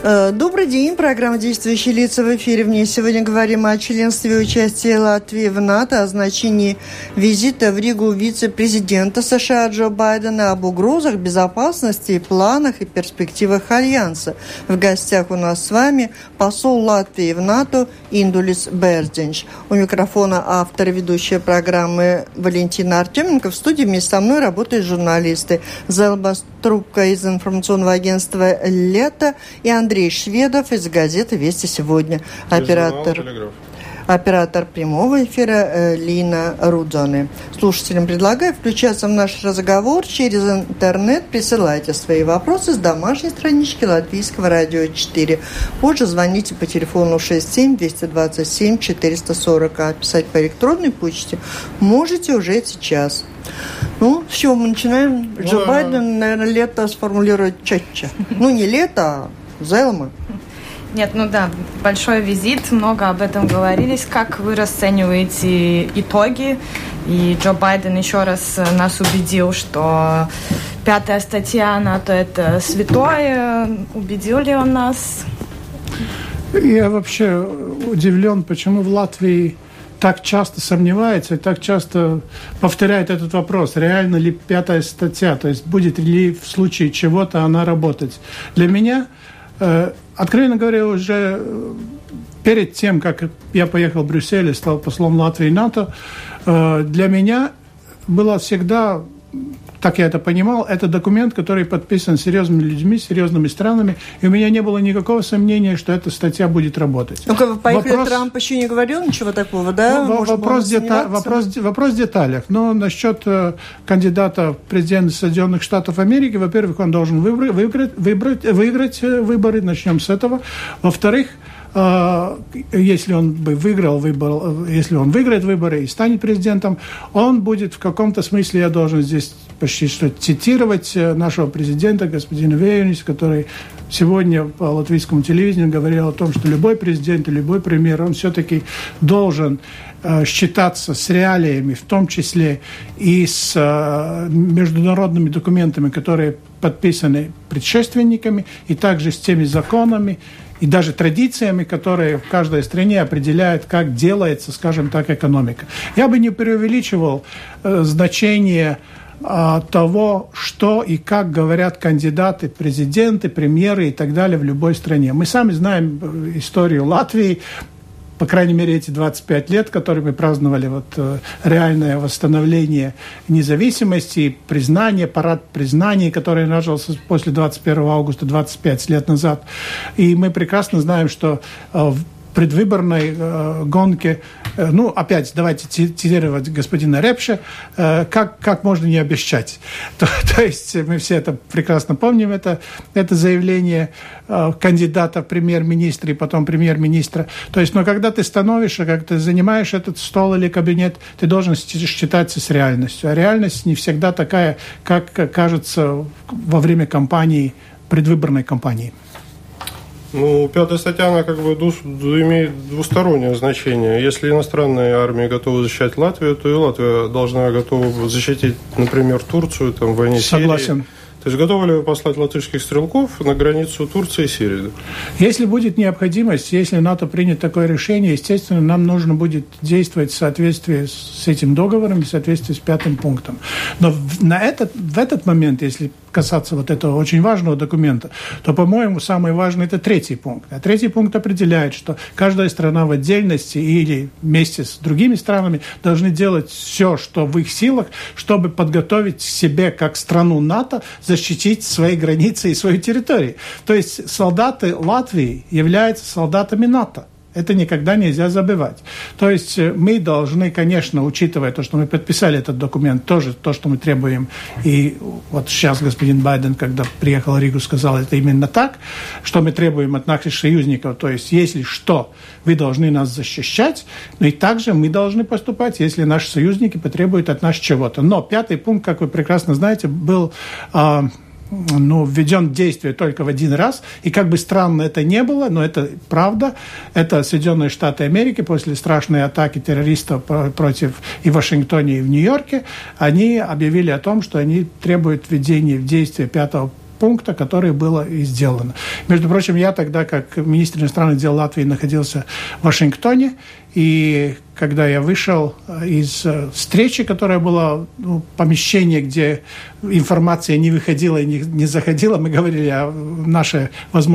Добрый день. Программа «Действующие лица» в эфире. В ней сегодня говорим о членстве и участии Латвии в НАТО, о значении визита в Ригу вице-президента США Джо Байдена, об угрозах безопасности, планах и перспективах Альянса. В гостях у нас с вами посол Латвии в НАТО Индулис Бердзинш. У микрофона автор и ведущая программы Валентина Артеменко. В студии вместе со мной работают журналисты Зелба Трубка из информационного агентства «Лето» и Андрей Шведов из газеты «Вести сегодня». Оператор прямого эфира Лина Рудзоне. Слушателям предлагаю включаться в наш разговор через интернет. Присылайте свои вопросы с домашней странички Латвийского радио 4. Позже звоните по телефону 67-227-440, а писать по электронной почте можете уже сейчас. Ну, с чего мы начинаем? Джо Байден, наверное, лето сформулирует четче. Ну, не лето, а Зелма. Нет, большой визит, много об этом говорились. Как вы расцениваете итоги? И Джо Байден еще раз нас убедил, что 5-я статья НАТО – это святое. Убедил ли он нас? Я вообще удивлен, почему в Латвии так часто сомневается и так часто повторяет этот вопрос, реально ли 5-я статья, то есть будет ли в случае чего-то она работать. Для меня, откровенно говоря, уже перед тем, как я поехал в Брюссель и стал послом Латвии и НАТО, для меня было всегда, так я это понимал, это документ, который подписан серьезными людьми, серьезными странами, и у меня не было никакого сомнения, что эта статья будет работать. Ну, как вы поехали, Трамп еще не говорил ничего такого, да? Вопрос в деталях. Но насчет кандидата в президенты Соединенных Штатов Америки, во-первых, он должен выиграть выборы, начнем с этого. Во-вторых, если он выиграет выборы и станет президентом, он будет в каком-то смысле, я должен здесь почти что цитировать нашего президента, господина Вейюниса, который сегодня по латвийскому телевидению говорил о том, что любой президент и любой премьер, он все-таки должен считаться с реалиями, в том числе и с международными документами, которые подписаны предшественниками, и также с теми законами, и даже традициями, которые в каждой стране определяют, как делается, скажем так, экономика. Я бы не преувеличивал значение того, что и как говорят кандидаты, президенты, премьеры и так далее в любой стране. Мы сами знаем историю Латвии, по крайней мере, эти 25 лет, которые мы праздновали, реальное восстановление независимости, признание, парад признаний, который начался после 21 августа 25 лет назад. И мы прекрасно знаем, что в предвыборной гонке, опять давайте цитировать господина Репша, как можно не обещать. То есть мы все это прекрасно помним, это заявление кандидата в премьер-министра и потом премьер-министра. То есть, когда ты становишься, как ты занимаешь этот стол или кабинет, ты должен считаться с реальностью. А реальность не всегда такая, как кажется во время кампании, предвыборной кампании. 5-я статья, она имеет двустороннее значение. Если иностранные армии готовы защищать Латвию, то и Латвия должна готова защитить, например, Турцию в войне Сирии. Согласен. То есть готовы ли вы послать латышских стрелков на границу Турции и Сирии? Если будет необходимость, если НАТО примет такое решение, естественно, нам нужно будет действовать в соответствии с этим договором, в соответствии с 5-м пунктом. Но в этот момент, если касаться этого очень важного документа, то, по-моему, самый важный – это 3-й пункт. А 3-й пункт определяет, что каждая страна в отдельности или вместе с другими странами должны делать все, что в их силах, чтобы подготовить себе, как страну НАТО, защитить свои границы и свою территорию. То есть солдаты Латвии являются солдатами НАТО. Это никогда нельзя забывать. То есть мы должны, конечно, учитывая то, что мы подписали этот документ, тоже то, что мы требуем. И сейчас господин Байден, когда приехал в Ригу, сказал это именно так, что мы требуем от наших союзников. То есть если что, вы должны нас защищать, но и также мы должны поступать, если наши союзники потребуют от нас чего-то. Но 5-й пункт, как вы прекрасно знаете, был введен в действие только в один раз. И как бы странно это не было, но это правда. Это Соединенные Штаты Америки после страшной атаки террористов против и в Вашингтоне, и в Нью-Йорке. Они объявили о том, что они требуют введения в действие 5-го пункта, которое было и сделано. Между прочим, я тогда, как министр иностранных дел Латвии, находился в Вашингтоне, и когда я вышел из встречи, которая была помещение, где информация не выходила и не заходила, мы говорили о наше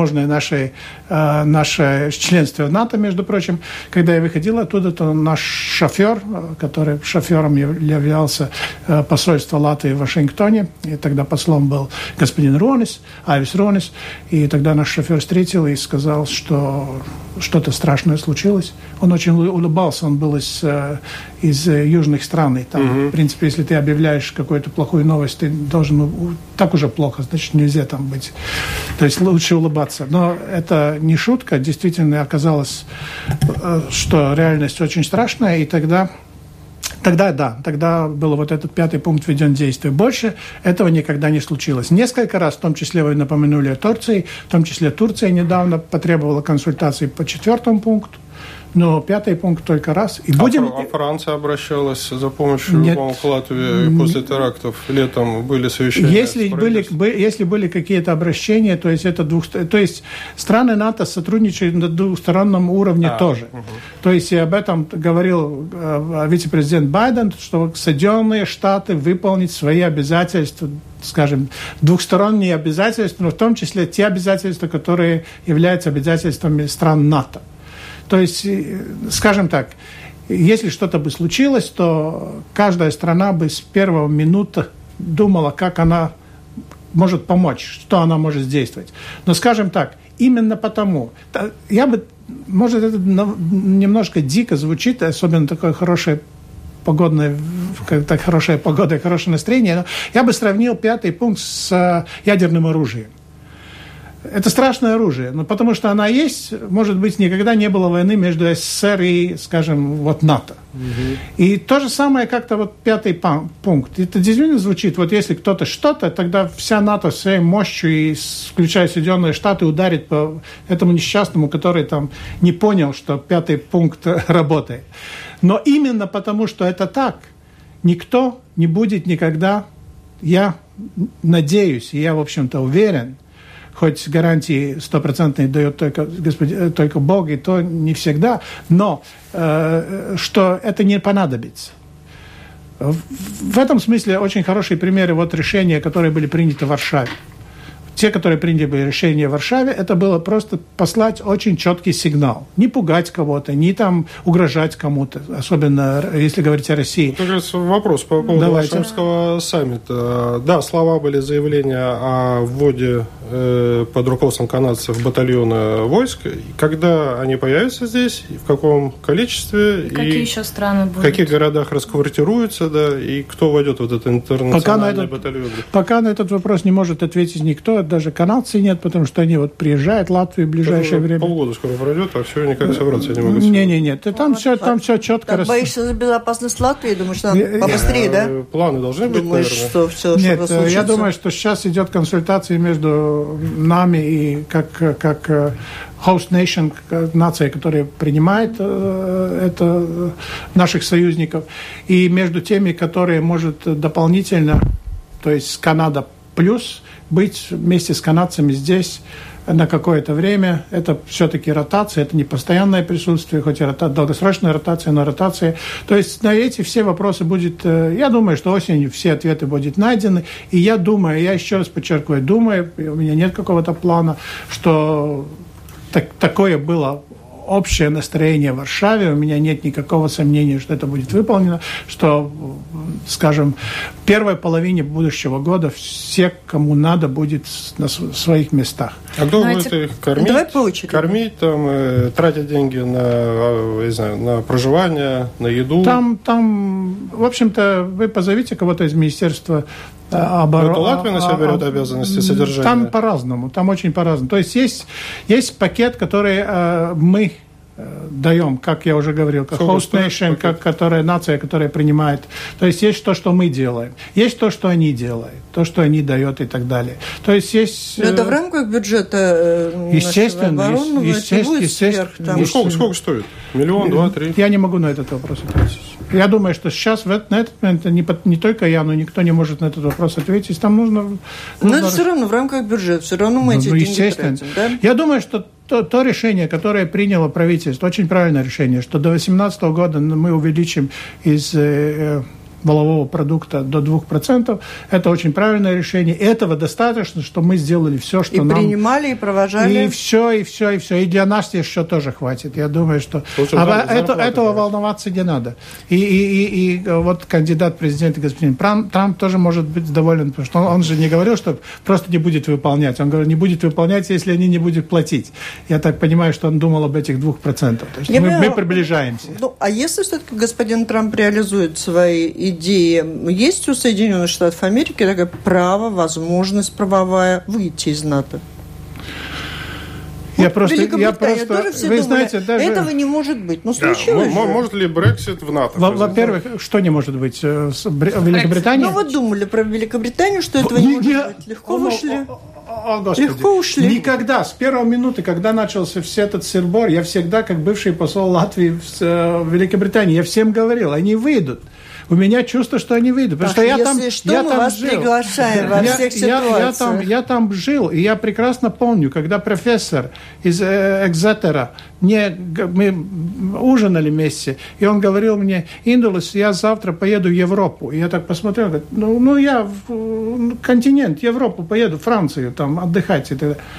членство в НАТО, между прочим. Когда я выходил оттуда, то наш шофер, который шофером являлся посольство Латвии в Вашингтоне, и тогда послом был господин Айвис Ронис, и тогда наш шофер встретил и сказал, что что-то страшное случилось. Он очень улыбался, он был из южных стран. И там, в принципе, если ты объявляешь какую-то плохую новость, ты должен... так уже плохо, значит, нельзя там быть. То есть лучше улыбаться. Но это не шутка. Действительно оказалось, что реальность очень страшная. И тогда был вот этот 5-й пункт введен в действие. Больше этого никогда не случилось. Несколько раз, в том числе вы напомянули о Турции, в том числе Турция недавно потребовала консультаций по 4-му пункту, но 5-й пункт только раз. И А Франция обращалась за помощью к Латвии после терактов летом, были совещания? Если были какие-то обращения, то есть страны НАТО сотрудничают на двустороннем уровне тоже. То есть и об этом говорил вице-президент Байден, что Соединенные Штаты выполнят свои обязательства, скажем, двухсторонние обязательства, но в том числе те обязательства, которые являются обязательствами стран НАТО. То есть, скажем так, если что-то бы случилось, то каждая страна бы с первого минуты думала, как она может помочь, что она может действовать. Но, скажем так, именно потому, может, это немножко дико звучит, особенно такое хорошее хорошая погода и хорошее настроение, но я бы сравнил 5-й пункт с ядерным оружием. Это страшное оружие, но потому что она есть, может быть, никогда не было войны между СССР и, скажем, НАТО. И то же самое как-то 5-й пункт. Это действительно звучит, если кто-то что-то, тогда вся НАТО своей мощью, включая Соединенные Штаты, ударит по этому несчастному, который там не понял, что 5-й пункт работает. Но именно потому, что это так, никто не будет никогда, я надеюсь, и я, в общем-то, уверен, хоть гарантии 100% дает только Бог, и то не всегда, но что это не понадобится. В этом смысле очень хорошие примеры решения, которые были приняты в Варшаве. Те, которые приняли решение в Варшаве, это было просто послать очень четкий сигнал. Не пугать кого-то, не там угрожать кому-то, особенно если говорить о России. Как раз вопрос по поводу Варшавского саммита. Да, слова были заявления о вводе под руководством канадцев батальона войск. Когда они появятся здесь, в каком количестве? Какие еще страны будут? В каких городах расквартируются, да, и кто войдет в этот интернациональный батальон? Пока на этот вопрос не может ответить никто. Даже канадцы нет, потому что они приезжают в Латвию в ближайшее время. Полгода скоро пройдет, а все никак собраться не могут. Нет. Там все четко. Боишься за безопасность Латвии? Думаешь, надо побыстрее, да? Планы должны быть, наверное. Нет, я думаю, что сейчас идет консультация между нами и как host nation, нация, которая принимает это, наших союзников, и между теми, которые может дополнительно, то есть Канада плюс, быть вместе с канадцами здесь на какое-то время. Это все-таки ротация, это не постоянное присутствие, хоть и долгосрочная ротация, но ротация. То есть на эти все вопросы будет, я думаю, что осенью все ответы будут найдены. И я думаю, я еще раз подчеркиваю, думаю, у меня нет какого-то плана, что такое было общее настроение в Варшаве, у меня нет никакого сомнения, что это будет выполнено, что, скажем, в первой половине будущего года все, кому надо, будет на своих местах. А кто будет их кормить? Кормить, тратить деньги на проживание, на еду? Там, в общем-то, вы позовите кого-то из Министерства обороны. Это Латвия на себя берет обязанности содержания? Там по-разному, там очень по-разному. То есть есть пакет, который мы даем, как я уже говорил, как host nation, как нация, которая принимает. То есть есть то, что мы делаем, есть то, что они делают, то, что они дают и так далее. То есть есть... Но это в рамках бюджета нашего оборонного, естественно. Сколько стоит? 1 миллион, 2, 3? Я не могу на этот вопрос ответить. Я думаю, что сейчас на этот момент не только я, но никто не может на этот вопрос ответить. Там нужно... Но это все равно в рамках бюджета, все равно мы эти деньги тратим, да? Я думаю, что то решение, которое приняло правительство, очень правильное решение, что до 2018 года мы увеличим из валового продукта до 2%. Это очень правильное решение. Этого достаточно, что мы сделали все, что нам... И принимали, и провожали. И все. И для нас еще тоже хватит. Я думаю, что... Этого волноваться не надо. И вот кандидат президента господин Трамп тоже может быть доволен, потому что он же не говорил, что просто не будет выполнять. Он говорил, не будет выполнять, если они не будут платить. Я так понимаю, что он думал об этих 2%. То есть мы приближаемся. А если все-таки господин Трамп реализует свои идеи, есть у Соединенных Штатов Америки такое право, возможность правовая выйти из НАТО? Я просто, тоже все вы думали, знаете, даже... этого не может быть. Но случилось же. Может ли Брексит в НАТО? Во-первых, что не может быть? Великобритания? Ну, вы думали про Великобританию, что этого не может быть. Легко вышли. Легко ушли. Никогда, с первой минуты, когда начался весь этот сыр-бор, я всегда, как бывший посол Латвии в Великобритании, я всем говорил, они выйдут. У меня чувство, что они выйдут. Потому что я там вас жил. Приглашаем во всех ситуациях. Я там жил, и я прекрасно помню, когда профессор из Экзетера, мы ужинали вместе, и он говорил мне, Индулис, я завтра поеду в Европу. И я так посмотрел, говорю, я в континент, Европу поеду, Францию, там, отдыхать и так далее.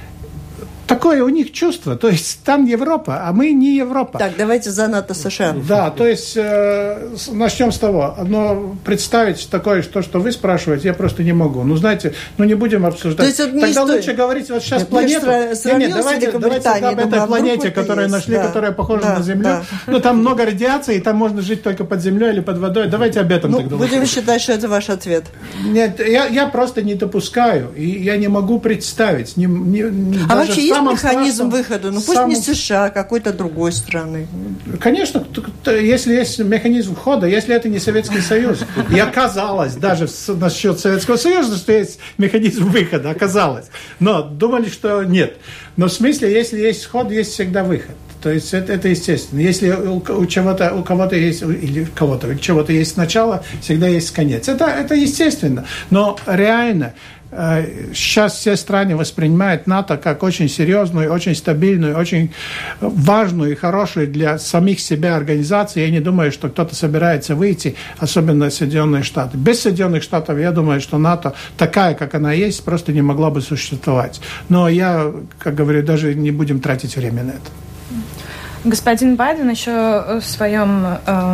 Такое у них чувство. То есть там Европа, а мы не Европа. Так, давайте за НАТО США. Да, то есть начнем с того. Но представить такое, что вы спрашиваете, я просто не могу. Знаете, не будем обсуждать. То есть, тогда лучше говорить вот сейчас планету. Давайте об этой планете, которую нашли, которая похожа на Землю. Да. Там много радиации, и там можно жить только под землей или под водой. Давайте об этом тогда. Будем считать, что это ваш ответ. Нет, я просто не допускаю. И я не могу представить. А вообще есть механизм выхода? Пусть не США, какой-то другой страны. Конечно, если есть механизм входа, если это не Советский Союз. И оказалось, даже насчет Советского Союза, что есть механизм выхода, оказалось. Но думали, что нет. Но в смысле, если есть вход, есть всегда выход. То есть это естественно. Если у кого-то есть, или у чего-то есть начало, всегда есть конец. Это естественно. Но реально сейчас все страны воспринимают НАТО как очень серьезную, очень стабильную, очень важную и хорошую для самих себя организацию. Я не думаю, что кто-то собирается выйти, особенно Соединенные Штаты. Без Соединенных Штатов, я думаю, что НАТО такая, как она есть, просто не могла бы существовать. Но я, как говорю, даже не будем тратить время на это. Господин Байден еще в своем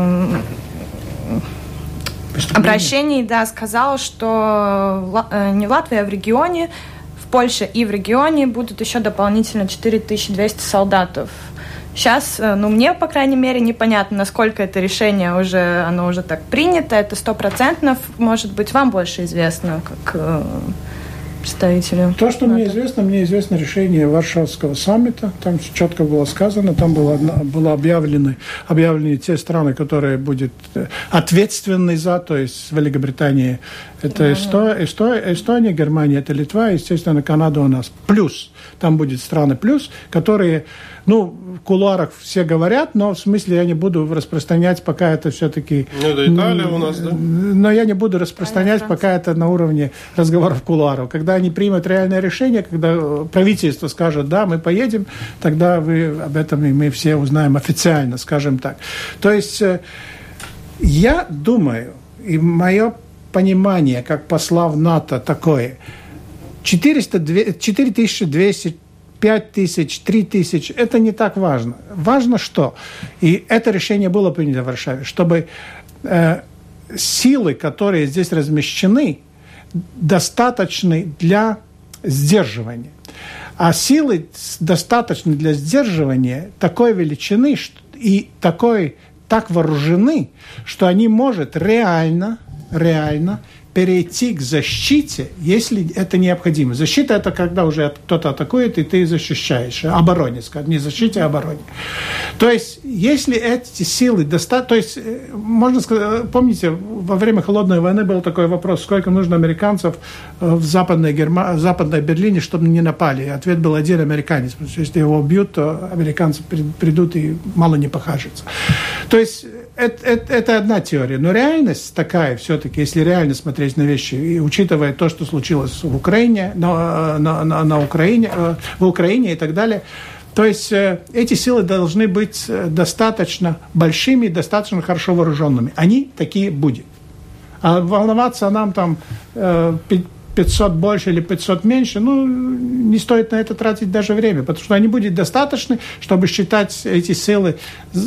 обращении, сказал, что не в Латвии, а в регионе, в Польше и в регионе будут еще дополнительно 4200 солдатов. Сейчас, мне, по крайней мере, непонятно, насколько это решение оно уже так принято, это 100%, может быть, вам больше известно, как представителю. То, что мне известно решение Варшавского саммита, там четко было сказано, там было объявлены те страны, которые будут ответственны за, то есть Великобритания, это Эстония, Германия, это Литва, естественно, Канада у нас. Плюс, там будет страны плюс, которые, в кулуарах все говорят, но в смысле я не буду распространять, пока это все-таки... Это Италия у нас, да? Но я не буду распространять, пока это на уровне разговоров кулуаров. Когда они примут реальное решение, когда правительство скажет, да, мы поедем, тогда вы об этом и мы все узнаем официально, скажем так. То есть я думаю, и мое понимание, как посла в НАТО такое, 4200, 5000, 3000, это не так важно. Важно что? И это решение было принято в Варшаве, чтобы силы, которые здесь размещены, достаточны для сдерживания. А силы достаточны для сдерживания такой величины и так вооружены, что они могут реально перейти к защите, если это необходимо. Защита – это когда уже кто-то атакует, и ты защищаешь. Обороне, скажем, не защите, а обороне. То есть, если эти силы достаточно... То есть, можно сказать, помните, во время Холодной войны был такой вопрос, сколько нужно американцев в Западной Берлине, чтобы не напали. Ответ был один американец. Потому что если его убьют, то американцы придут и мало не покажется. То есть, это одна теория. Но реальность такая все-таки, если реально смотреть на вещи, и учитывая то, что случилось в Украине, в Украине и так далее, то есть эти силы должны быть достаточно большими, достаточно хорошо вооруженными. Они такие будут. А волноваться нам там 500 больше или 500 меньше, не стоит на это тратить даже время, потому что они будут достаточны, чтобы считать эти силы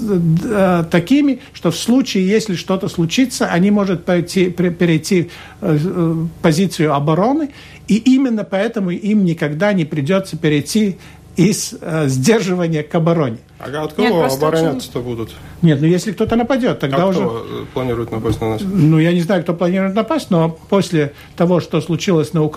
такими, что в случае, если что-то случится, они могут перейти в позицию обороны, и именно поэтому им никогда не придется перейти из сдерживания к обороне. А от кого обороняться-то будут? Нет, если кто-то нападет, тогда уже... кто планирует напасть на нас? Я не знаю, кто планирует напасть, но после того, что случилось в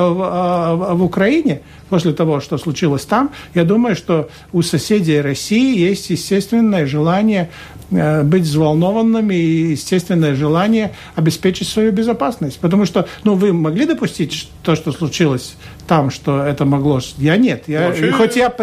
Украине, после того, что случилось там, я думаю, что у соседей России есть естественное желание быть взволнованными и естественное желание обеспечить свою безопасность. Потому что, вы могли допустить то, что случилось там, что это могло... Я нет. Хоть я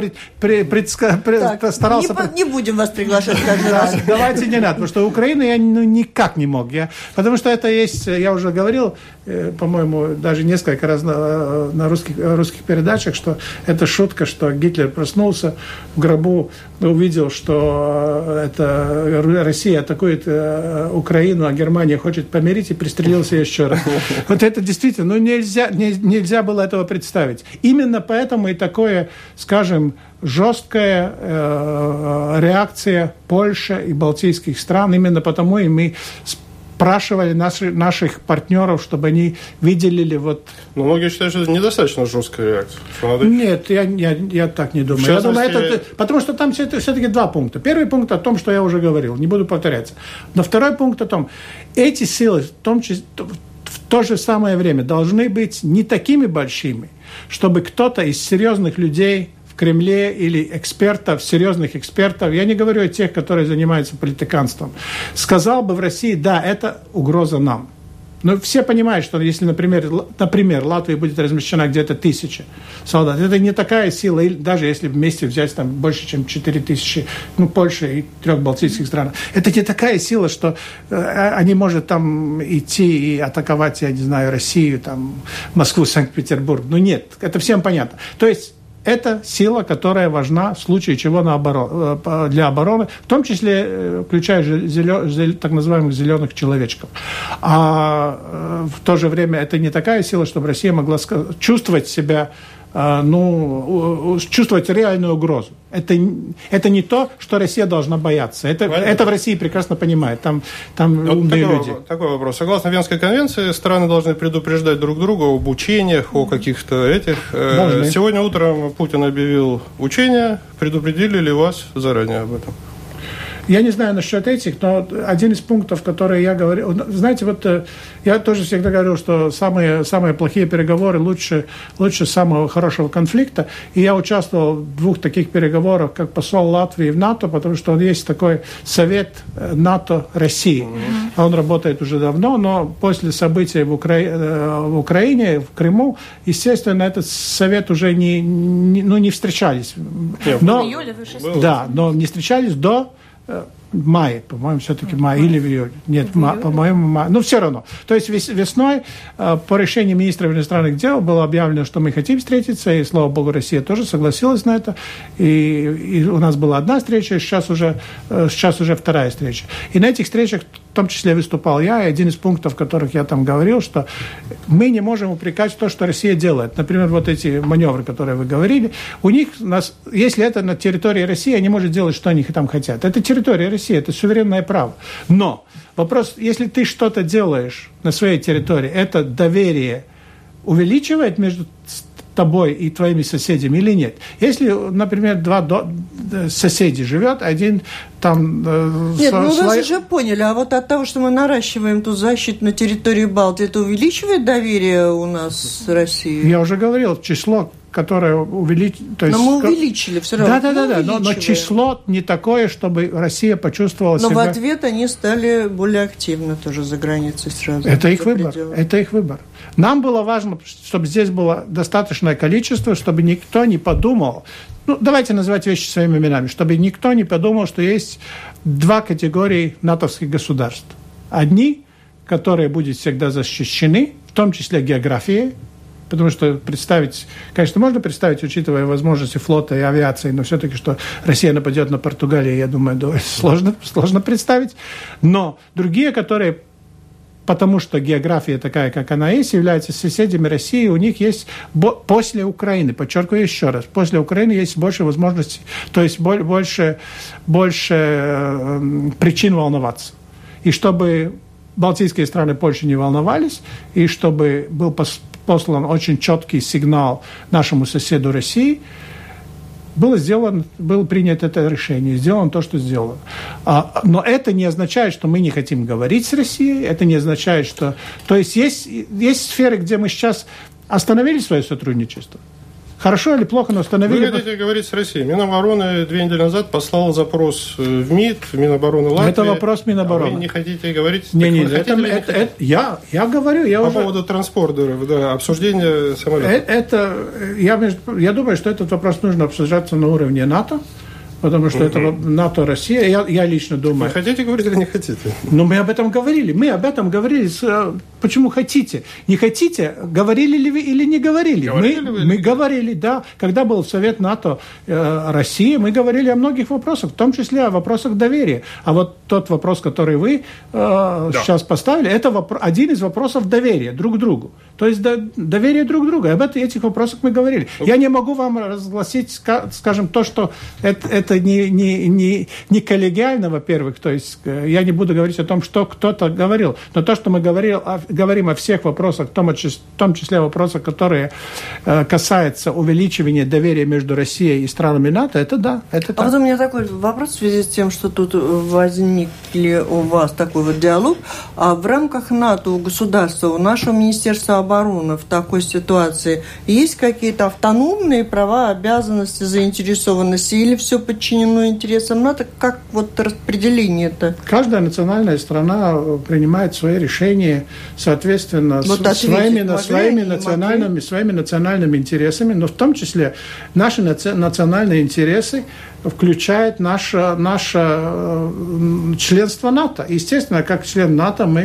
старался... Не будем вас приглашать каждый раз. Давайте не надо, потому что Украину я никак не мог. Потому что это есть, я уже говорил, по-моему, даже несколько раз на русских передачах, что это шутка, что Гитлер проснулся в гробу, увидел, что Россия атакует Украину, а Германия хочет помирить, и пристрелился еще раз. Вот это действительно, нельзя было этого представить. Именно поэтому и такое, скажем, жесткая реакция Польши и балтийских стран. Именно потому и мы спрашивали наших партнеров, чтобы они видели вот... Но многие считают, что это недостаточно жесткая реакция. Нет, я так не думаю. Я думаю, потому что там все-таки два пункта. Первый пункт о том, что я уже говорил, не буду повторяться. Но второй пункт о том, эти силы в то же самое время должны быть не такими большими, чтобы кто-то из серьезных людей в Кремле или серьезных экспертов, я не говорю о тех, которые занимаются политиканством, сказал бы в России, да, это угроза нам. Но все понимают, что если, например, Латвия будет размещена где-то 1000 солдат, это не такая сила, даже если вместе взять там больше, чем 4000, Польша и 3 балтийских стран, это не такая сила, что они могут там идти и атаковать, я не знаю, Россию, там, Москву, Санкт-Петербург. Нет, это всем понятно. То есть это сила, которая важна в случае чего для обороны, в том числе включая так называемых зеленых человечков. А в то же время это не такая сила, чтобы Россия могла чувствовать себя, чувствовать реальную угрозу. Это не то, что Россия должна бояться. Это в России прекрасно понимает. Там умные люди. Такой вопрос. Согласно Венской конвенции, страны должны предупреждать друг друга об учениях, о каких-то этих. Сегодня утром Путин объявил учения. Предупредили ли вас заранее об этом? Я не знаю насчет этих, но один из пунктов, которые я говорил... Знаете, я тоже всегда говорил, что самые плохие переговоры лучше самого хорошего конфликта. И я участвовал в 2 таких переговорах, как посол Латвии в НАТО, потому что есть такой совет НАТО России. Он работает уже давно, но после событий в Украине, в Крыму, естественно, этот совет уже не встречались. Но не встречались до мая, по-моему, все-таки мая или в июле. Нет, по-моему, мая. Все равно. То есть весной по решению министра иностранных дел было объявлено, что мы хотим встретиться, и, слава богу, Россия тоже согласилась на это. И у нас была одна встреча, и сейчас уже 2-я встреча. И на этих встречах в том числе выступал я, и один из пунктов, о которых я там говорил, что мы не можем упрекать в том, что Россия делает. Например, вот эти маневры, которые вы говорили, если это на территории России, они могут делать, что они там хотят. Это территория России, это суверенное право. Но вопрос, если ты что-то делаешь на своей территории, это доверие увеличивает между тобой и твоими соседями или нет. Если, например, два соседи живет, один там... Нет, мы вас уже поняли, а вот от того, что мы наращиваем ту защиту на территории Балтии, это увеличивает доверие у нас с Россией? Я уже говорил, число, которое увеличилось... Но мы увеличили все равно. Да, но число не такое, чтобы Россия почувствовала себя... Но в ответ они стали более активно тоже за границей сразу. Это их выбор. Нам было важно, чтобы здесь было достаточное количество, чтобы никто не подумал... давайте называть вещи своими именами, чтобы никто не подумал, что есть два категории натовских государств. Одни, которые будут всегда защищены, в том числе географией, потому что представить, конечно, можно представить, учитывая возможности флота и авиации, но все-таки, что Россия нападет на Португалию, я думаю, сложно представить. Но другие, которые, потому что география такая, как она есть, являются соседями России, у них есть после Украины, подчеркиваю еще раз, после Украины есть больше возможностей, то есть больше причин волноваться. И чтобы балтийские страны больше не волновались, и чтобы был послан очень четкий сигнал нашему соседу России, было принято это решение, сделано то, что сделано. Но это не означает, что мы не хотим говорить с Россией, это не означает, что... То есть сферы, где мы сейчас остановили свое сотрудничество. Хорошо или плохо, но остановили... Вы хотите говорить с Россией. Минобороны 2 недели назад послал запрос в МИД, в Минобороны Латвии. Это вопрос Минобороны. А вы не хотите говорить? Я говорю. По поводу транспортеров, обсуждение самолетов. Я думаю, что этот вопрос нужно обсуждаться на уровне НАТО, потому что это НАТО, Россия. Я лично думаю... Вы хотите говорить или не хотите? Но мы об этом говорили. Почему хотите? Не хотите? Говорили ли вы или не говорили? Мы говорили, да. Когда был Совет НАТО России, мы говорили о многих вопросах, в том числе о вопросах доверия. А вот тот вопрос, который вы сейчас поставили, это один из вопросов доверия друг к другу. То есть доверие друг к другу. Об этих вопросах мы говорили. Я не могу вам разгласить, скажем, то, что это не коллегиально, во-первых. То есть я не буду говорить о том, что кто-то говорил. Но то, что мы говорим о всех вопросах, в том числе вопросах, которые касаются увеличивания доверия между Россией и странами НАТО, это да. Это так. А вот у меня такой вопрос в связи с тем, что тут возникли у вас такой вот диалог. А в рамках НАТО у государства, у нашего Министерства обороны в такой ситуации есть какие-то автономные права, обязанности, заинтересованности или все подчинено интересам НАТО? Как вот распределение-то? Каждая национальная страна принимает свои решения соответственно своими национальными интересами, но в том числе наши национальные интересы включает наше членство НАТО. Естественно, как член НАТО мы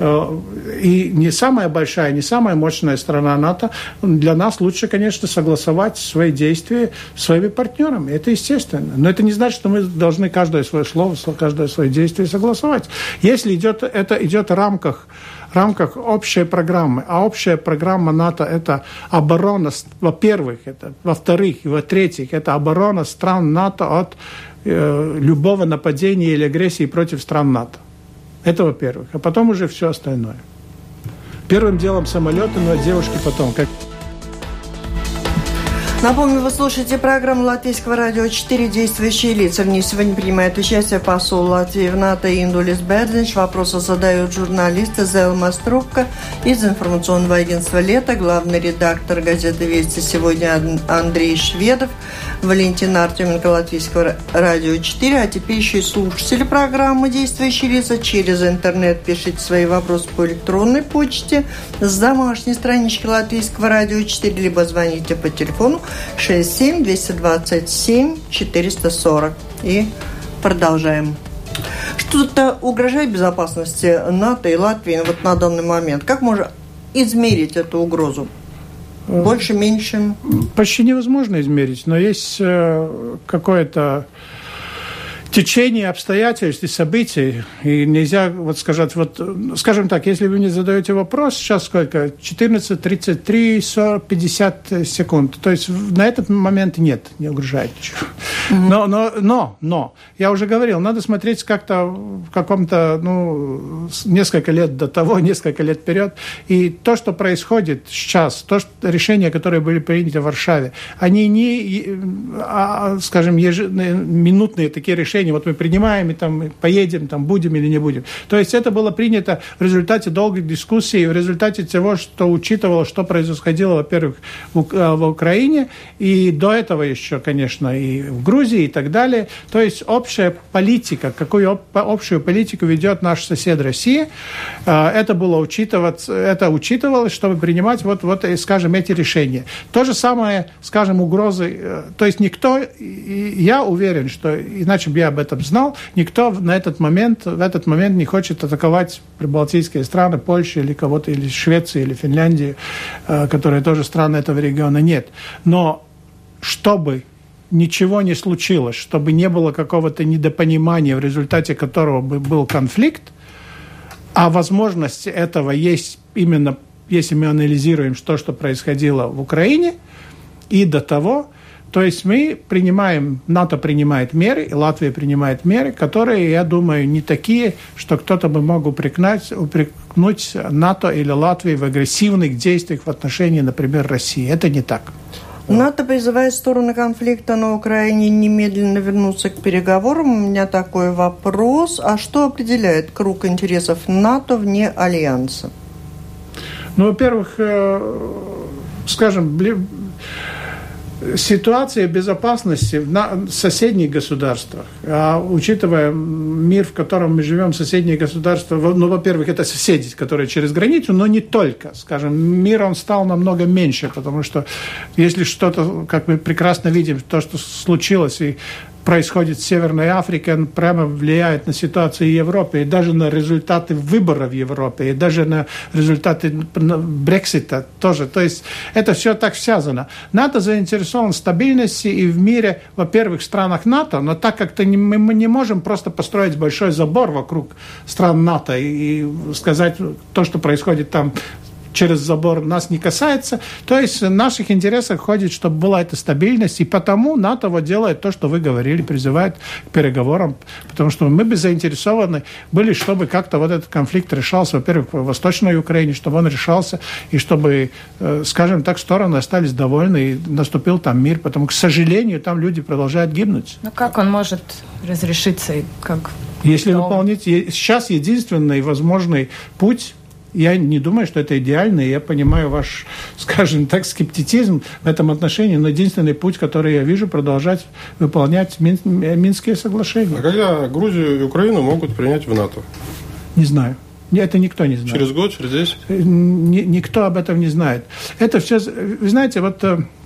и не самая большая, не самая мощная страна НАТО, для нас лучше, конечно, согласовать свои действия с своими партнерами. Это естественно. Но это не значит, что мы должны каждое свое слово, каждое свое действие согласовать. Если это идет в рамках общей программы, а общая программа НАТО – это оборона, во-первых, во-вторых и во-третьих, это оборона стран НАТО от любого нападения или агрессии против стран НАТО. Это во-первых. А потом уже все остальное. Первым делом самолеты, но девушки потом. Напомню, вы слушаете программу Латвийского радио 4 «Действующие лица». В ней сегодня принимает участие посол Латвии в НАТО Индулис Бердзинч. Вопросы задают журналисты Зелма Струбка из информационного агентства «Лето», главный редактор газеты «Вести» сегодня Андрей Шведов, Валентин Артеменко, Латвийского радио 4. А теперь еще и слушатели программы «Действующие лица». Через интернет пишите свои вопросы по электронной почте с домашней странички Латвийского радио 4, либо звоните по телефону 67-227-440. И продолжаем. Что-то угрожает безопасности НАТО и Латвии вот на данный момент? Как можно измерить эту угрозу? Больше, меньше? Почти невозможно измерить, но есть какое-то течение обстоятельств и событий, и нельзя скажем так, если вы мне задаете вопрос, сейчас сколько? 14, 33, 40, 50 секунд. То есть на этот момент не угрожает ничего. Но, я уже говорил, надо смотреть как-то в каком-то, несколько лет до того, несколько лет вперед. И то, что происходит сейчас, решения, которые были приняты в Варшаве, они не, скажем, минутные такие решения. Вот мы принимаем, и там поедем, там будем или не будем. То есть это было принято в результате долгих дискуссий, в результате того, что учитывало, что происходило, во-первых, в Украине, и до этого еще, конечно, и в Грузии и так далее. То есть общая политика, какую общую политику ведет наш сосед Россия, это учитывалось, чтобы принимать скажем, эти решения. То же самое, скажем, угрозы. То есть никто, я уверен, что, иначе бы я об этом знал, никто в этот момент не хочет атаковать прибалтийские страны, Польшу или кого-то, или Швецию, или Финляндию, которые тоже страны этого региона, нет. Но чтобы ничего не случилось, чтобы не было какого-то недопонимания, в результате которого бы был конфликт, а возможность этого есть именно, если мы анализируем то, что происходило в Украине, и до того, то есть НАТО принимает меры, и Латвия принимает меры, которые, я думаю, не такие, что кто-то бы мог упрекнуть НАТО или Латвию в агрессивных действиях в отношении, например, России. Это не так. НАТО призывает стороны конфликта на Украине немедленно вернуться к переговорам. У меня такой вопрос. А что определяет круг интересов НАТО вне Альянса? Во-первых, скажем, ситуация безопасности в соседних государствах, учитывая мир, в котором мы живем, соседние государства, во-первых, это соседи, которые через границу, но не только. Скажем, мир, он стал намного меньше, потому что если что-то, как мы прекрасно видим, то, что случилось и происходит в Северной Африке, он прямо влияет на ситуацию в Европе, и даже на результаты выборов в Европе, и даже на результаты Брексита тоже. То есть это все так связано. НАТО заинтересован в стабильности и в мире, во-первых, в странах НАТО, но так как мы не можем просто построить большой забор вокруг стран НАТО и сказать то, что происходит там, через забор нас не касается. То есть в наших интересах ходит, чтобы была эта стабильность, и потому НАТО делает то, что вы говорили, призывает к переговорам, потому что мы бы заинтересованы были, чтобы как-то этот конфликт решался, во-первых, в Восточной Украине, чтобы он решался, и чтобы, скажем так, стороны остались довольны, и наступил там мир, потому, к сожалению, там люди продолжают гибнуть. Но как он может разрешиться? Если выполнить... Сейчас единственный возможный путь. Я не думаю, что это идеально, и я понимаю ваш, скажем так, скептицизм в этом отношении, но единственный путь, который я вижу, продолжать выполнять Минские соглашения. А когда Грузию и Украину могут принять в НАТО? Не знаю. Это никто не знает. Через год, через 10? Никто об этом не знает. Это все... Вы знаете, в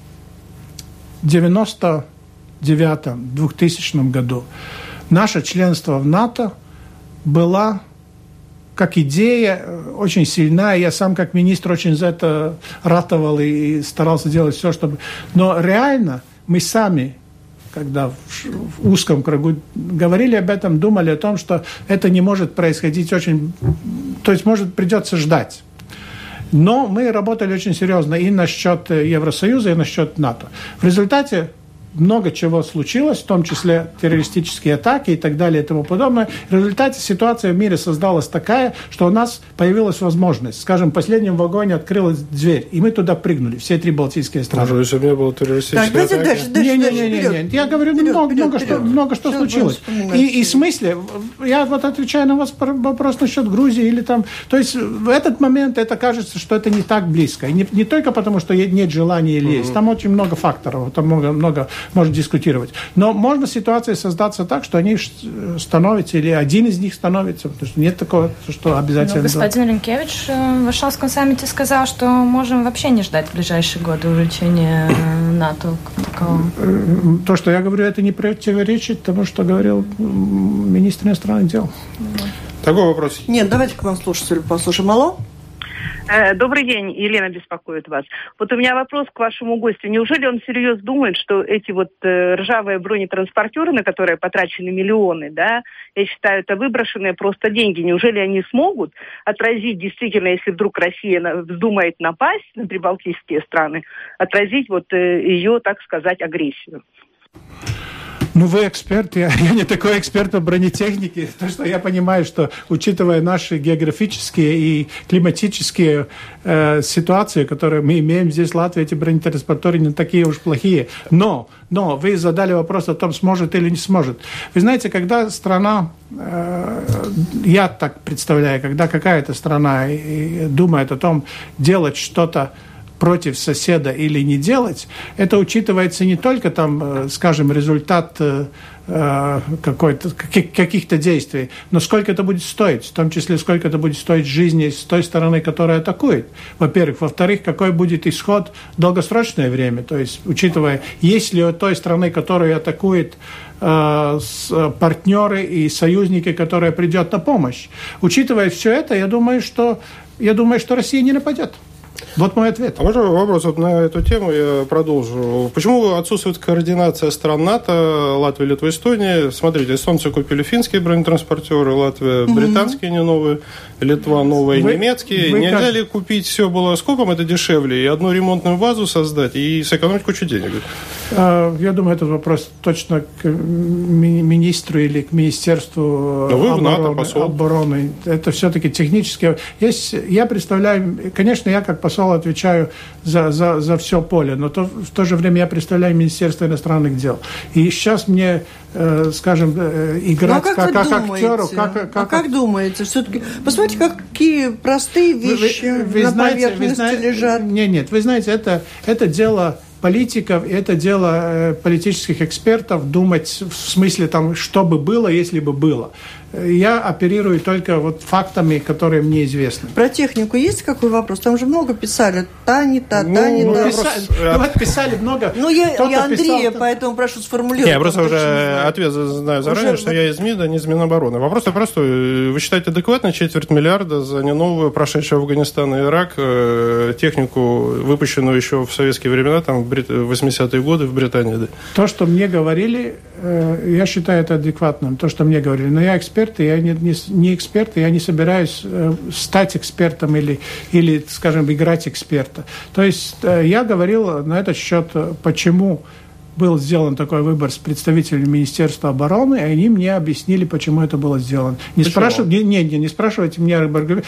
1999-2000 году наше членство в НАТО было... как идея очень сильная. Я сам как министр очень за это ратовал и старался делать все, чтобы... Но реально мы сами, когда в узком кругу говорили об этом, думали о том, что это не может происходить очень... То есть, придется ждать. Но мы работали очень серьезно и насчет Евросоюза, и насчет НАТО. В результате много чего случилось, в том числе террористические атаки и так далее и тому подобное. В результате ситуация в мире создалась такая, что у нас появилась возможность. Скажем, в последнем вагоне открылась дверь, и мы туда прыгнули, все 3 балтийские страны. Может, если бы не было террористической атаки? Не. Я говорю, много что случилось. И в смысле, я отвечаю на вас вопрос насчет Грузии или там... То есть в этот момент это кажется, что это не так близко. И не только потому, что нет желания или есть. Там очень много факторов, там много можно дискутировать. Но можно ситуация создаться так, что они становятся, или один из них становится, потому что нет такого, что обязательно... Господин Ренкевич в Варшавском саммите сказал, что можем вообще не ждать в ближайшие годы увеличения НАТО как такового. То, что я говорю, это не противоречит тому, что говорил министр иностранных дел. Такой вопрос. Нет, давайте к вам слушателю послушаем. Алло? Добрый день, Елена беспокоит вас. Вот у меня вопрос к вашему гостю. Неужели он всерьез думает, что эти ржавые бронетранспортеры, на которые потрачены миллионы, да, я считаю, это выброшенные просто деньги. Неужели они смогут отразить действительно, если вдруг Россия вздумает напасть на прибалтийские страны, отразить ее, так сказать, агрессию? Ну, вы эксперт, я не такой эксперт по бронетехнике, потому что я понимаю, что, учитывая наши географические и климатические ситуации, которые мы имеем здесь в Латвии, эти бронетранспортеры не такие уж плохие. Но вы задали вопрос о том, сможет или не сможет. Вы знаете, когда страна, я так представляю, когда какая-то страна думает о том, делать что-то против соседа или не делать, это учитывается не только там, скажем, результат каких-то действий, но сколько это будет стоить, в том числе сколько это будет стоить жизни с той стороны, которая атакует, во-первых. Во-вторых, какой будет исход в долгосрочное время, то есть учитывая, есть ли у той страны, которая атакует, партнеры и союзники, которые придет на помощь. Учитывая все это, я думаю, что Россия не нападет. Вот мой ответ. А можно вопрос вот на эту тему я продолжу. Почему отсутствует координация стран НАТО, Латвия, Литва, Эстония? Смотрите, эстонцы купили финские бронетранспортеры, Латвия британские не новые, Литва новые немецкие. Нельзя ли купить все было скопом, это дешевле, и одну ремонтную базу создать, и сэкономить кучу денег? Я думаю, этот вопрос точно к министру или к Министерству обороны. Это все-таки технически. Я представляю, конечно, я как посол отвечаю за все поле, но в то же время я представляю Министерство иностранных дел. И сейчас мне, скажем, играть как актеру. Как думаете? Все-таки посмотрите, какие простые вещи на поверхности лежат. Нет, вы знаете, это дело политиков, это дело политических экспертов думать в смысле там, что бы было, если бы было. Я оперирую только вот фактами, которые мне известны. Про технику есть какой вопрос? Там же много писали. Писали много. Я Андрея, поэтому прошу сформулировать. Я просто уже ответ знаю заранее, что я из МИДа, не из Минобороны. Вопрос простой. Вы считаете адекватно 250 миллиарда за не новую, прошедшую Афганистан и Ирак, технику, выпущенную еще в советские времена, там, в 80-е годы в Британии? Да? То, что мне говорили, я считаю это адекватным. То, что мне говорили. Но я эксперт, я не эксперт, и я не собираюсь стать экспертом или, скажем, играть эксперта. То есть я говорил на этот счет, почему был сделан такой выбор с представителями Министерства обороны, и они мне объяснили, почему это было сделано. Не спрашивайте меня.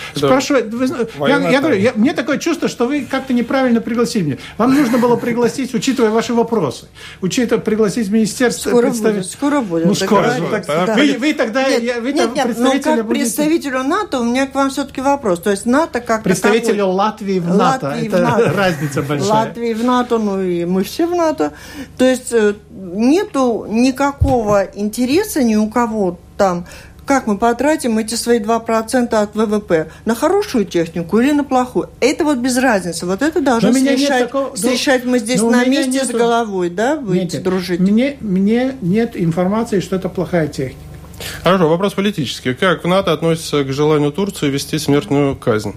Я говорю, мне такое чувство, что вы как-то неправильно пригласили меня. Вам нужно было пригласить, учитывая ваши вопросы, пригласить Министерство. Скоро будет. Ну, скоро. Вы тогда как представителю НАТО, у меня к вам все-таки вопрос. То есть НАТО как представителю Латвии в НАТО. Это разница большая. Латвии в НАТО, и мы все в НАТО. То есть нету никакого интереса ни у кого там, как мы потратим эти свои 2% от ВВП, на хорошую технику или на плохую. Это вот без разницы. Вот это должно решать мы здесь на месте с головой, да, выйти дружить. Мне нет информации, что это плохая техника. Хорошо, вопрос политический. Как в НАТО относится к желанию Турции ввести смертную казнь?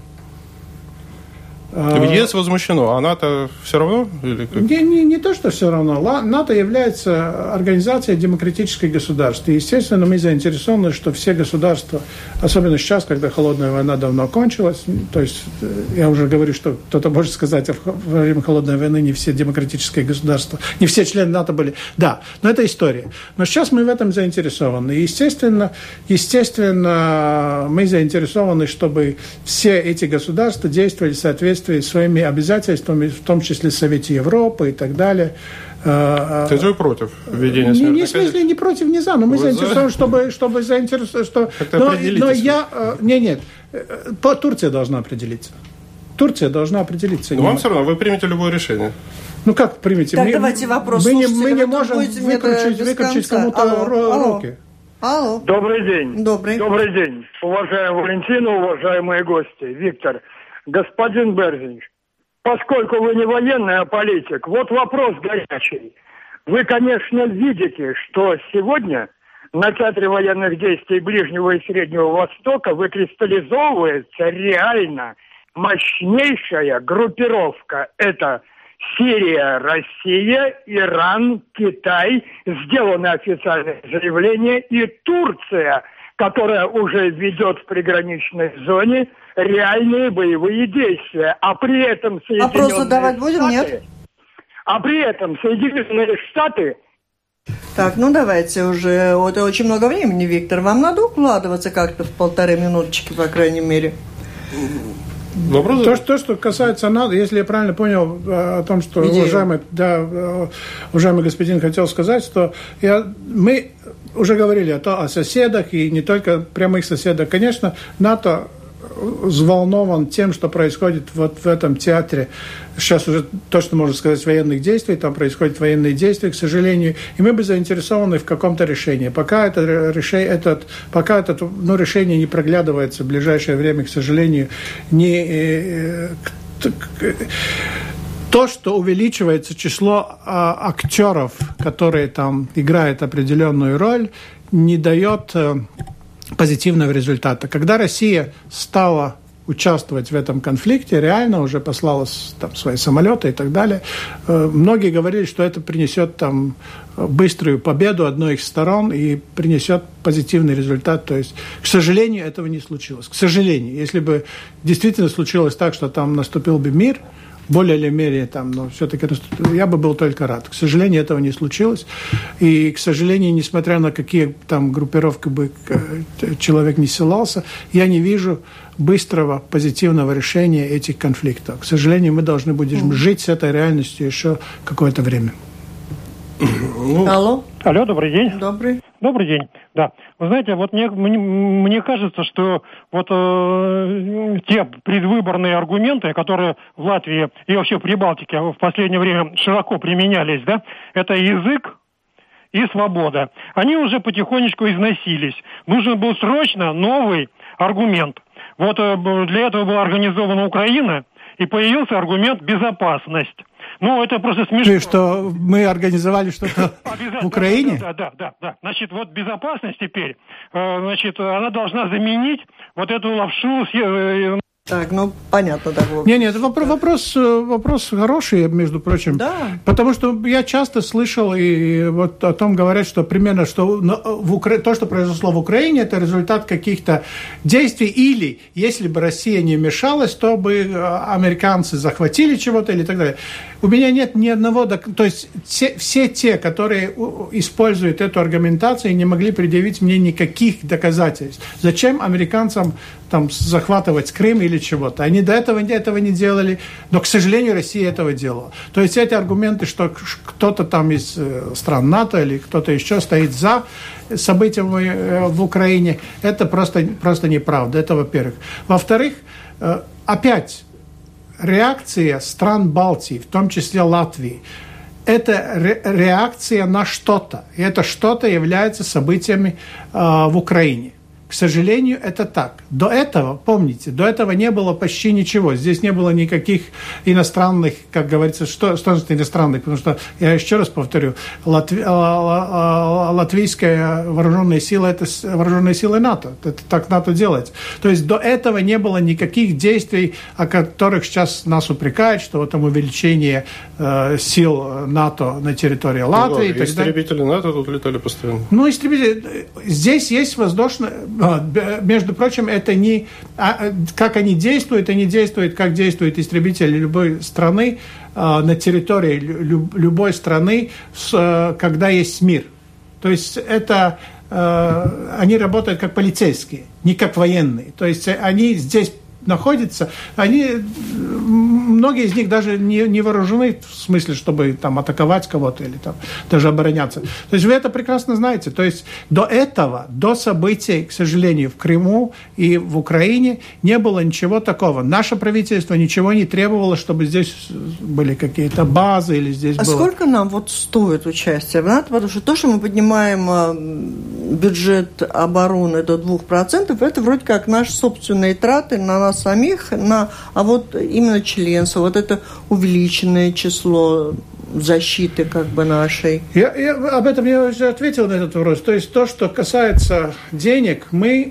ЕС возмущено, а НАТО все равно? Или как? Не то, что все равно. НАТО является организацией демократических государств. И, естественно, мы заинтересованы, что все государства, особенно сейчас, когда холодная война давно кончилась, то есть я уже говорю, что кто-то может сказать, во время холодной войны не все демократические государства, не все члены НАТО были. Да, но это история. Но сейчас мы в этом заинтересованы. И, естественно, мы заинтересованы, чтобы все эти государства действовали в соответствии своими обязательствами, в том числе в Совете Европы и так далее. То есть вы против введения смертной казни? Не в смысле не против, не за, но мы заинтересованы, чтобы заинтересованы, Нет. Турция должна определиться. Турция должна определиться. Но вам все равно, вы примете любое решение. Ну как примете? Так, давайте вопрос. Мы не можем выключить кому-то руки. Алло. Добрый день. Добрый день. Уважаемая Валентина, уважаемые гости. Виктор, господин Берзинч, поскольку вы не военный, а политик, вот вопрос горячий. Вы, конечно, видите, что сегодня на театре военных действий Ближнего и Среднего Востока выкристаллизовывается реально мощнейшая группировка. Это Сирия, Россия, Иран, Китай, сделано официальное заявление, и Турция, которая уже ведет в приграничной зоне реальные боевые действия. А при этом Соединенные Штаты Так, ну давайте уже, вот очень много времени, Виктор. Вам надо укладываться как-то в 1,5 минуточки, по крайней мере. То, что касается НАТО, если я правильно понял о том, что уважаемый господин хотел сказать, что мы уже говорили о соседах, и не только прямых соседах. Конечно, НАТО взволнован тем, что происходит вот в этом театре. Сейчас уже точно можно сказать военных действий, там происходят военные действия, к сожалению, и мы бы заинтересованы в каком-то решении. Пока это решение не проглядывается в ближайшее время, к сожалению, то, что увеличивается число актеров, которые там играют определенную роль, не дает позитивного результата. Когда Россия стала участвовать в этом конфликте, реально уже послала там свои самолеты и так далее, многие говорили, что это принесет там быструю победу одной из сторон и принесет позитивный результат. То есть, к сожалению, этого не случилось. К сожалению, если бы действительно случилось так, что там наступил бы мир, более или менее там, но все-таки я бы был только рад. К сожалению, этого не случилось. И, к сожалению, несмотря на какие там группировки бы человек не ссылался, я не вижу быстрого позитивного решения этих конфликтов. К сожалению, мы должны будем жить с этой реальностью еще какое-то время. Алло. Алло, добрый день. Добрый. Добрый день, да. Вы знаете, вот мне кажется, что вот те предвыборные аргументы, которые в Латвии и вообще в Прибалтике в последнее время широко применялись, да, это язык и свобода. Они уже потихонечку износились. Нужен был срочно новый аргумент. Вот для этого была организована Украина, и появился аргумент «безопасность». Ну, это просто смешно. И что мы организовали что-то в Украине? Да. Значит, вот безопасность теперь, значит, она должна заменить вот эту лапшу. Так, ну, понятно. Да, Нет, вопрос хороший, между прочим. Да. Потому что я часто слышал, и вот о том говорят, что примерно, что то, что произошло в Украине, это результат каких-то действий, или, если бы Россия не вмешалась, то бы американцы захватили чего-то, или так далее. У меня нет ни одного... То есть все те, которые используют эту аргументацию, не могли предъявить мне никаких доказательств. Зачем американцам там захватывать Крым или чего-то? Они до этого не делали, но, к сожалению, Россия этого делала. То есть эти аргументы, что кто-то там из стран НАТО или кто-то еще стоит за событиями в Украине, это просто неправда. Это во-первых. Во-вторых, опять... реакция стран Балтии, в том числе Латвии, это реакция на что-то. И это что-то является событиями в Украине. К сожалению, это так. До этого, помните, не было почти ничего. Здесь не было никаких иностранных, как говорится, что значит иностранных, потому что, я еще раз повторю, латвийская вооруженная сила – это вооруженные силы НАТО. Это так НАТО делает. То есть до этого не было никаких действий, о которых сейчас нас упрекают, что вот там увеличение сил НАТО на территории Латвии. Да, истребители НАТО тут летали постоянно. Ну, истребители. Здесь есть воздушная... Между прочим, это не... Как они действуют, как действуют истребители любой страны на территории любой страны, когда есть мир. То есть это... Они работают как полицейские, не как военные. То есть они здесь находятся, многие из них даже не вооружены в смысле, чтобы там атаковать кого-то или там даже обороняться. То есть вы это прекрасно знаете. То есть до событий, к сожалению, в Крыму и в Украине не было ничего такого. Наше правительство ничего не требовало, чтобы здесь были какие-то базы или здесь было... Сколько нам вот стоит участие в НАТО? Потому что то, что мы поднимаем бюджет обороны до 2%, это вроде как наши собственные траты на нас самих, а вот именно членство, вот это увеличенное число защиты как бы нашей. Об этом я уже ответил на этот вопрос. То есть то, что касается денег,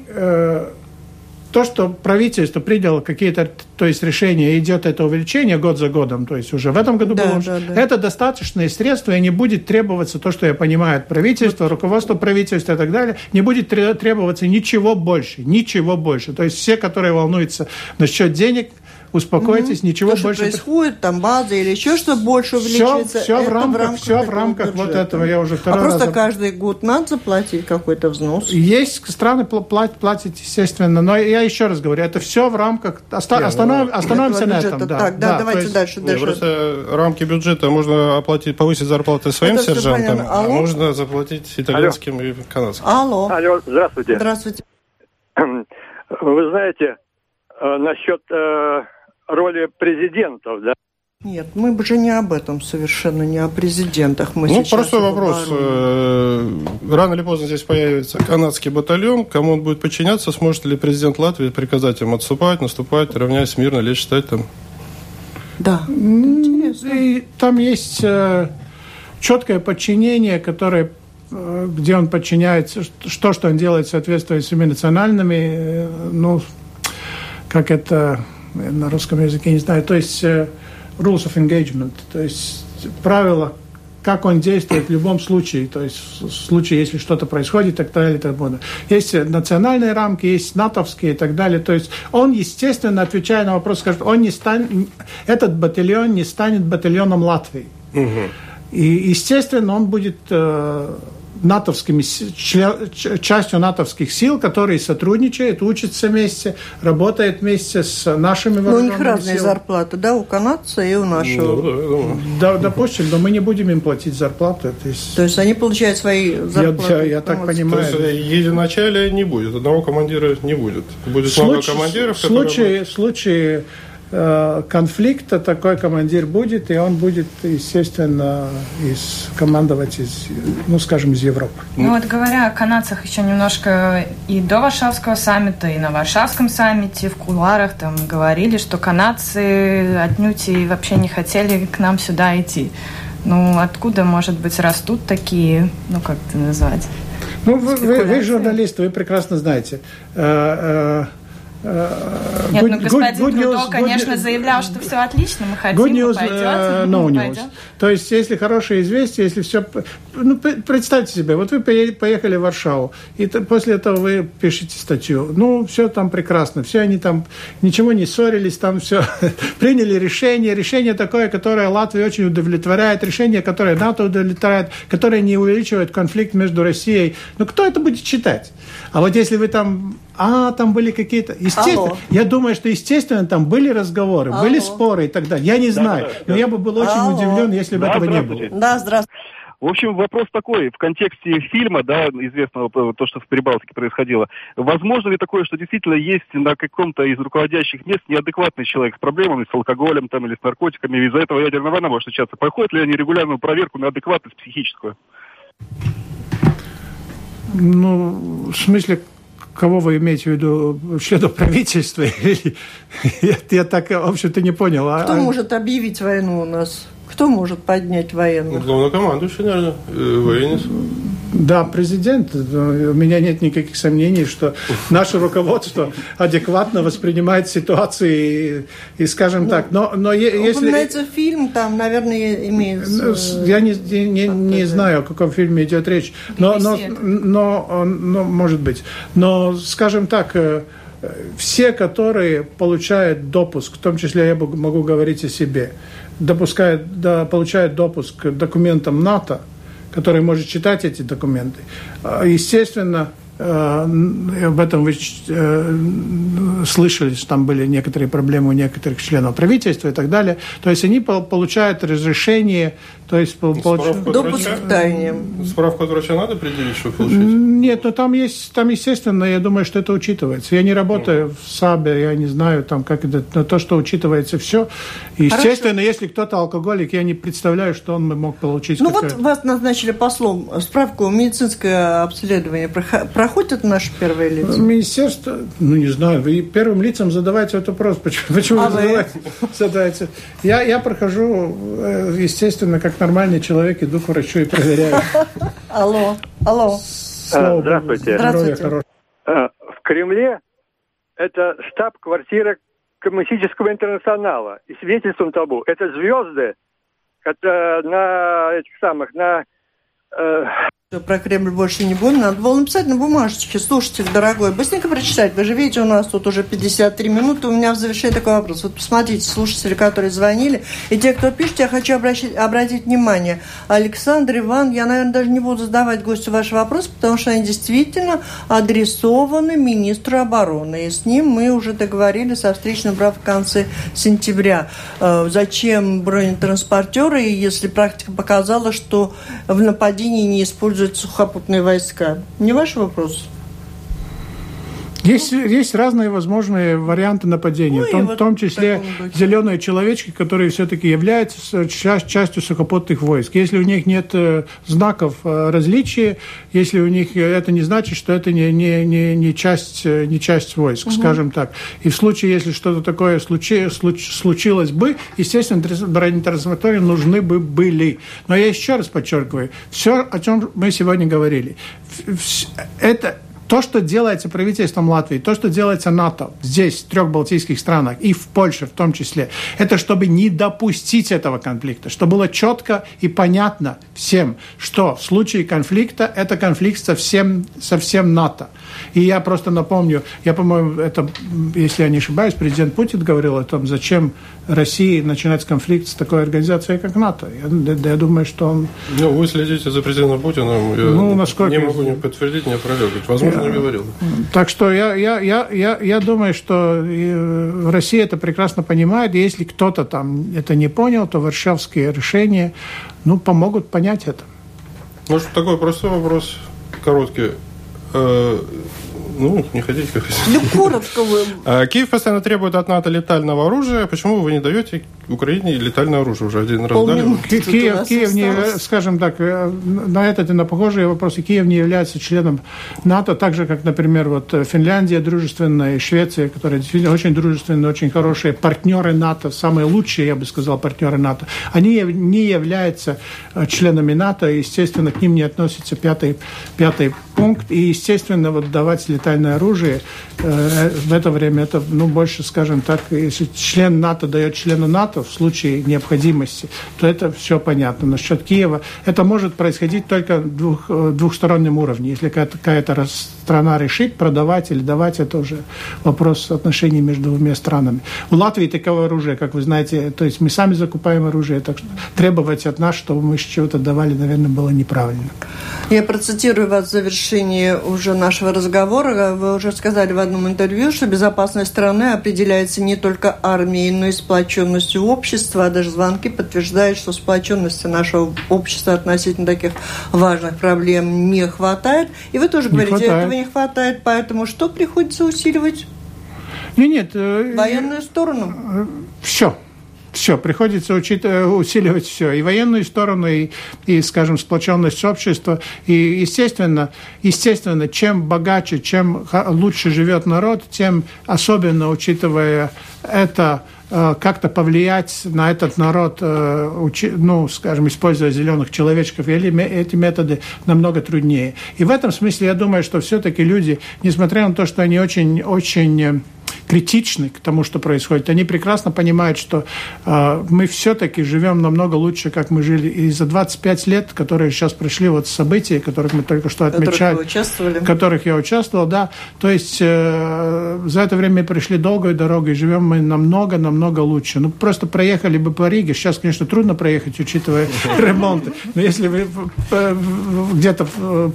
то, что правительство приняло какие-то, то есть решения, идет это увеличение год за годом, то есть уже в этом году было, это достаточные средства, и не будет требоваться то, что я понимаю от правительства, руководства правительства и так далее, не будет требоваться ничего больше. То есть все, которые волнуются насчет денег, успокойтесь, ничего то, что больше... происходит, там база или еще что больше увеличивается, все в рамках вот этого, я уже второй раз... просто каждый год надо заплатить какой-то взнос? Есть страны платят, естественно, но я еще раз говорю, это все в рамках... Остановимся на этом. Так, давайте дальше. Просто рамки бюджета можно оплатить, повысить зарплаты своим сержантам, а можно заплатить итальянским и канадским. Алло, здравствуйте. Здравствуйте. Вы знаете, насчет роли президентов, да? Нет, мы же не об этом совершенно, не о президентах. Мы сейчас простой вопрос. Рано или поздно здесь появится канадский батальон. Кому он будет подчиняться? Сможет ли президент Латвии приказать им отступать, наступать, равняясь мирно, лечь, стать там? Да, интересно. И там есть четкое подчинение, где он подчиняется, что он делает в соответствии с своими национальными, как это на русском языке, не знаю, то есть rules of engagement, то есть правила, как он действует в любом случае, то есть в случае, если что-то происходит, и так далее, и так далее. Есть национальные рамки, есть натовские и так далее, то есть он, естественно, отвечая на вопрос, скажет, этот батальон не станет батальоном Латвии. Угу. И, естественно, он будет частью натовских сил, которые сотрудничают, учатся вместе, работают вместе с нашими вооруженными силами. У них разные зарплаты, да, у канадца и у нашего. Да, допустим, но мы не будем им платить зарплату. То есть они получают свои зарплаты? Я так понимаю. То есть единоначалия не будет, одного командира не будет. Будет много командиров, в случае конфликта такой командир будет, и он будет, естественно, командовать из Европы. Говоря о канадцах еще немножко и до Варшавского саммита, и на Варшавском саммите в кулуарах там говорили, что канадцы отнюдь и вообще не хотели к нам сюда идти. Откуда, может быть, растут такие, как это назвать? Вы журналист, вы прекрасно знаете. Нет, господин Трудо, конечно, заявлял, что все отлично, мы хотим, good news, no news. То есть, если хорошее известие, если все... представьте себе, вот вы поехали в Варшаву, и после этого вы пишете статью. Все там прекрасно, все они там ничего не ссорились, там все приняли решение такое, которое Латвию очень удовлетворяет, решение, которое НАТО удовлетворяет, которое не увеличивает конфликт между Россией. Кто это будет читать? А вот если вы там были какие-то... Естественно, я думаю, что, естественно, там были разговоры, были споры и так далее. Я не знаю, но я бы был очень удивлен, если бы этого не было. Да, здравствуйте. В общем, вопрос такой, в контексте фильма, известного, то, что в Прибалтике происходило, возможно ли такое, что действительно есть на каком-то из руководящих мест неадекватный человек с проблемами, с алкоголем или с наркотиками, и из-за этого ядерная война может начаться? Проходят ли они регулярную проверку на адекватность психическую? В смысле... Кого вы имеете в виду? Членов правительства? Я так, в общем-то, не понял. Кто может объявить войну у нас? Кто может поднять военных? Главнокомандующий, наверное, военный. Да, президент. У меня нет никаких сомнений, что наше руководство адекватно воспринимает ситуации и скажем так. Но если... Упоминается фильм, там, наверное, имеется... Я не знаю, о каком фильме идет речь. Но может быть. Но, скажем так, все, которые получают допуск, в том числе я могу говорить о себе, получают допуск к документам НАТО, который может читать эти документы. Естественно, об этом вы слышали, что там были некоторые проблемы у некоторых членов правительства и так далее. То есть они получают разрешение, то есть допуск к тайне. Справку от врача надо определить, что получить? Нет, там естественно, я думаю, что это учитывается. Я не работаю в САБе, я не знаю, там как это, но то, что учитывается все. Естественно, если кто-то алкоголик, я не представляю, что он мог получить. Вот вас назначили послом. Справку медицинское обследование проходит наше первое лицо? Министерство, не знаю, вы первым лицам задавайте этот вопрос. Почему вы задаете? Я прохожу, естественно, как нормальный человек, иду к врачу и проверяю. Алло. Здравствуйте. В Кремле это штаб-квартира Коммунистического интернационала. И свидетельством того, это звезды на Про Кремль больше не буду. Надо было написать на бумажечке. Слушатель, дорогой, быстренько прочитать. Вы же видите, у нас тут уже 53 минуты. У меня в завершении такой вопрос. Вот посмотрите, слушатели, которые звонили, и те, кто пишет, я хочу обратить внимание. Александр, Иван, я, наверное, даже не буду задавать гостю ваши вопросы, потому что они действительно адресованы министру обороны. И с ним мы уже договорились о встрече в конце сентября. Зачем бронетранспортеры, если практика показала, что в нападении не используют сухопутные войска? Не ваш вопрос? Есть разные возможные варианты нападения, в том числе зеленые человечки, которые все-таки являются частью сухопутных войск. Если у них нет знаков различия, если у них это не значит, что это не часть войск, скажем так. И в случае, если что-то такое случилось бы, естественно, бронетранспортеры нужны бы были. Но я еще раз подчеркиваю, все, о чем мы сегодня говорили, это то, что делается правительством Латвии, то, что делается НАТО здесь, в 3 балтийских странах, и в Польше в том числе, это чтобы не допустить этого конфликта, чтобы было четко и понятно всем, что в случае конфликта это конфликт со всем НАТО. И я просто напомню, по-моему, это, если я не ошибаюсь, президент Путин говорил о том, зачем России начинать конфликт с такой организацией, как НАТО. Я думаю, что он... вы следите за президентом Путиным. Я не могу не подтвердить, не опровергнуть. Возможно, не говорил. Так что я думаю, что Россия это прекрасно понимает. И если кто-то там это не понял, то варшавские решения помогут понять это. Может, такой простой вопрос, короткий. Не хотите, как хотите. Коротко. Киев постоянно требует от НАТО летального оружия. Почему вы не даете Украине летальное оружие? Уже один раз дали. Киев не, скажем так, на этот и на похожие вопросы, Киев не является членом НАТО, так же, как, например, Финляндия дружественная, Швеция, которые действительно очень дружественные, очень хорошие партнеры НАТО, самые лучшие, я бы сказал, партнеры НАТО. Они не являются членами НАТО, и, естественно, к ним не относится пятый пункт. И, естественно, давать летальное оружие в это время, это, больше, скажем так, если член НАТО дает члену НАТО в случае необходимости, то это все понятно. Насчет Киева это может происходить только в двухстороннем уровне. Если какая-то страна решит продавать или давать, это уже вопрос отношений между двумя странами. У Латвии такого оружия, как вы знаете, то есть мы сами закупаем оружие, так что требовать от нас, чтобы мы чего-то давали, наверное, было неправильно. Я процитирую вас в завершении уже нашего разговора. Вы уже сказали в одном интервью, что безопасность страны определяется не только армией, но и сплоченностью общества. А даже звонки подтверждают, что сплоченности нашего общества относительно таких важных проблем не хватает. И вы тоже говорите, этого не хватает. Поэтому что приходится усиливать? Нет. Военную сторону? Все, приходится усиливать все. И военную сторону, и, скажем, сплоченность общества. И, естественно, чем богаче, чем лучше живет народ, тем, особенно учитывая это, как-то повлиять на этот народ, скажем, используя зеленых человечков, эти методы намного труднее. И в этом смысле я думаю, что все-таки люди, несмотря на то, что они очень критичны к тому, что происходит. Они прекрасно понимают, что мы все-таки живем намного лучше, как мы жили. И за 25 лет, которые сейчас прошли, события, которых мы только что отмечали, в которых я участвовал, да, то есть за это время мы пришли долгой дорогой, живем мы намного лучше. Просто проехали бы по Риге. Сейчас, конечно, трудно проехать, учитывая ремонты. Но если вы где-то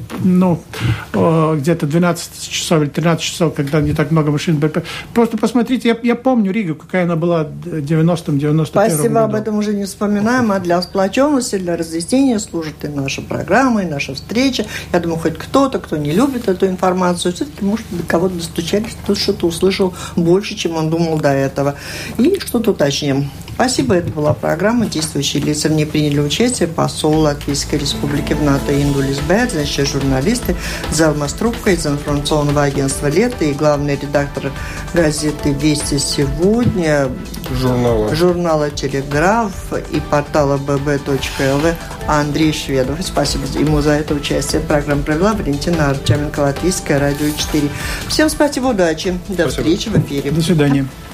12 часов или 13 часов, когда не так много машин, просто посмотрите, я помню Ригу, какая она была в 90-91 году. Спасибо, об этом уже не вспоминаем, а для сплоченности, для разъяснения служит и наша программа, и наша встреча. Я думаю, хоть кто-то, кто не любит эту информацию, все-таки, может, до кого-то достучались, кто что-то услышал больше, чем он думал до этого. И что-то уточним. Спасибо, это была программа «Действующие лица». В ней приняли участие посол Латвийской Республики в НАТО Индулис Бērziņš, журналисты Залма Струбка из информационного агентства «Лето» и главный редактор газеты «Вести сегодня», журнала «Телеграф» и портала bb.lv Андрей Шведов. Спасибо ему за это участие. Программу провела Валентина Артеменко, Латвийское радио 4. Всем спасибо, удачи. До встречи в эфире. До свидания.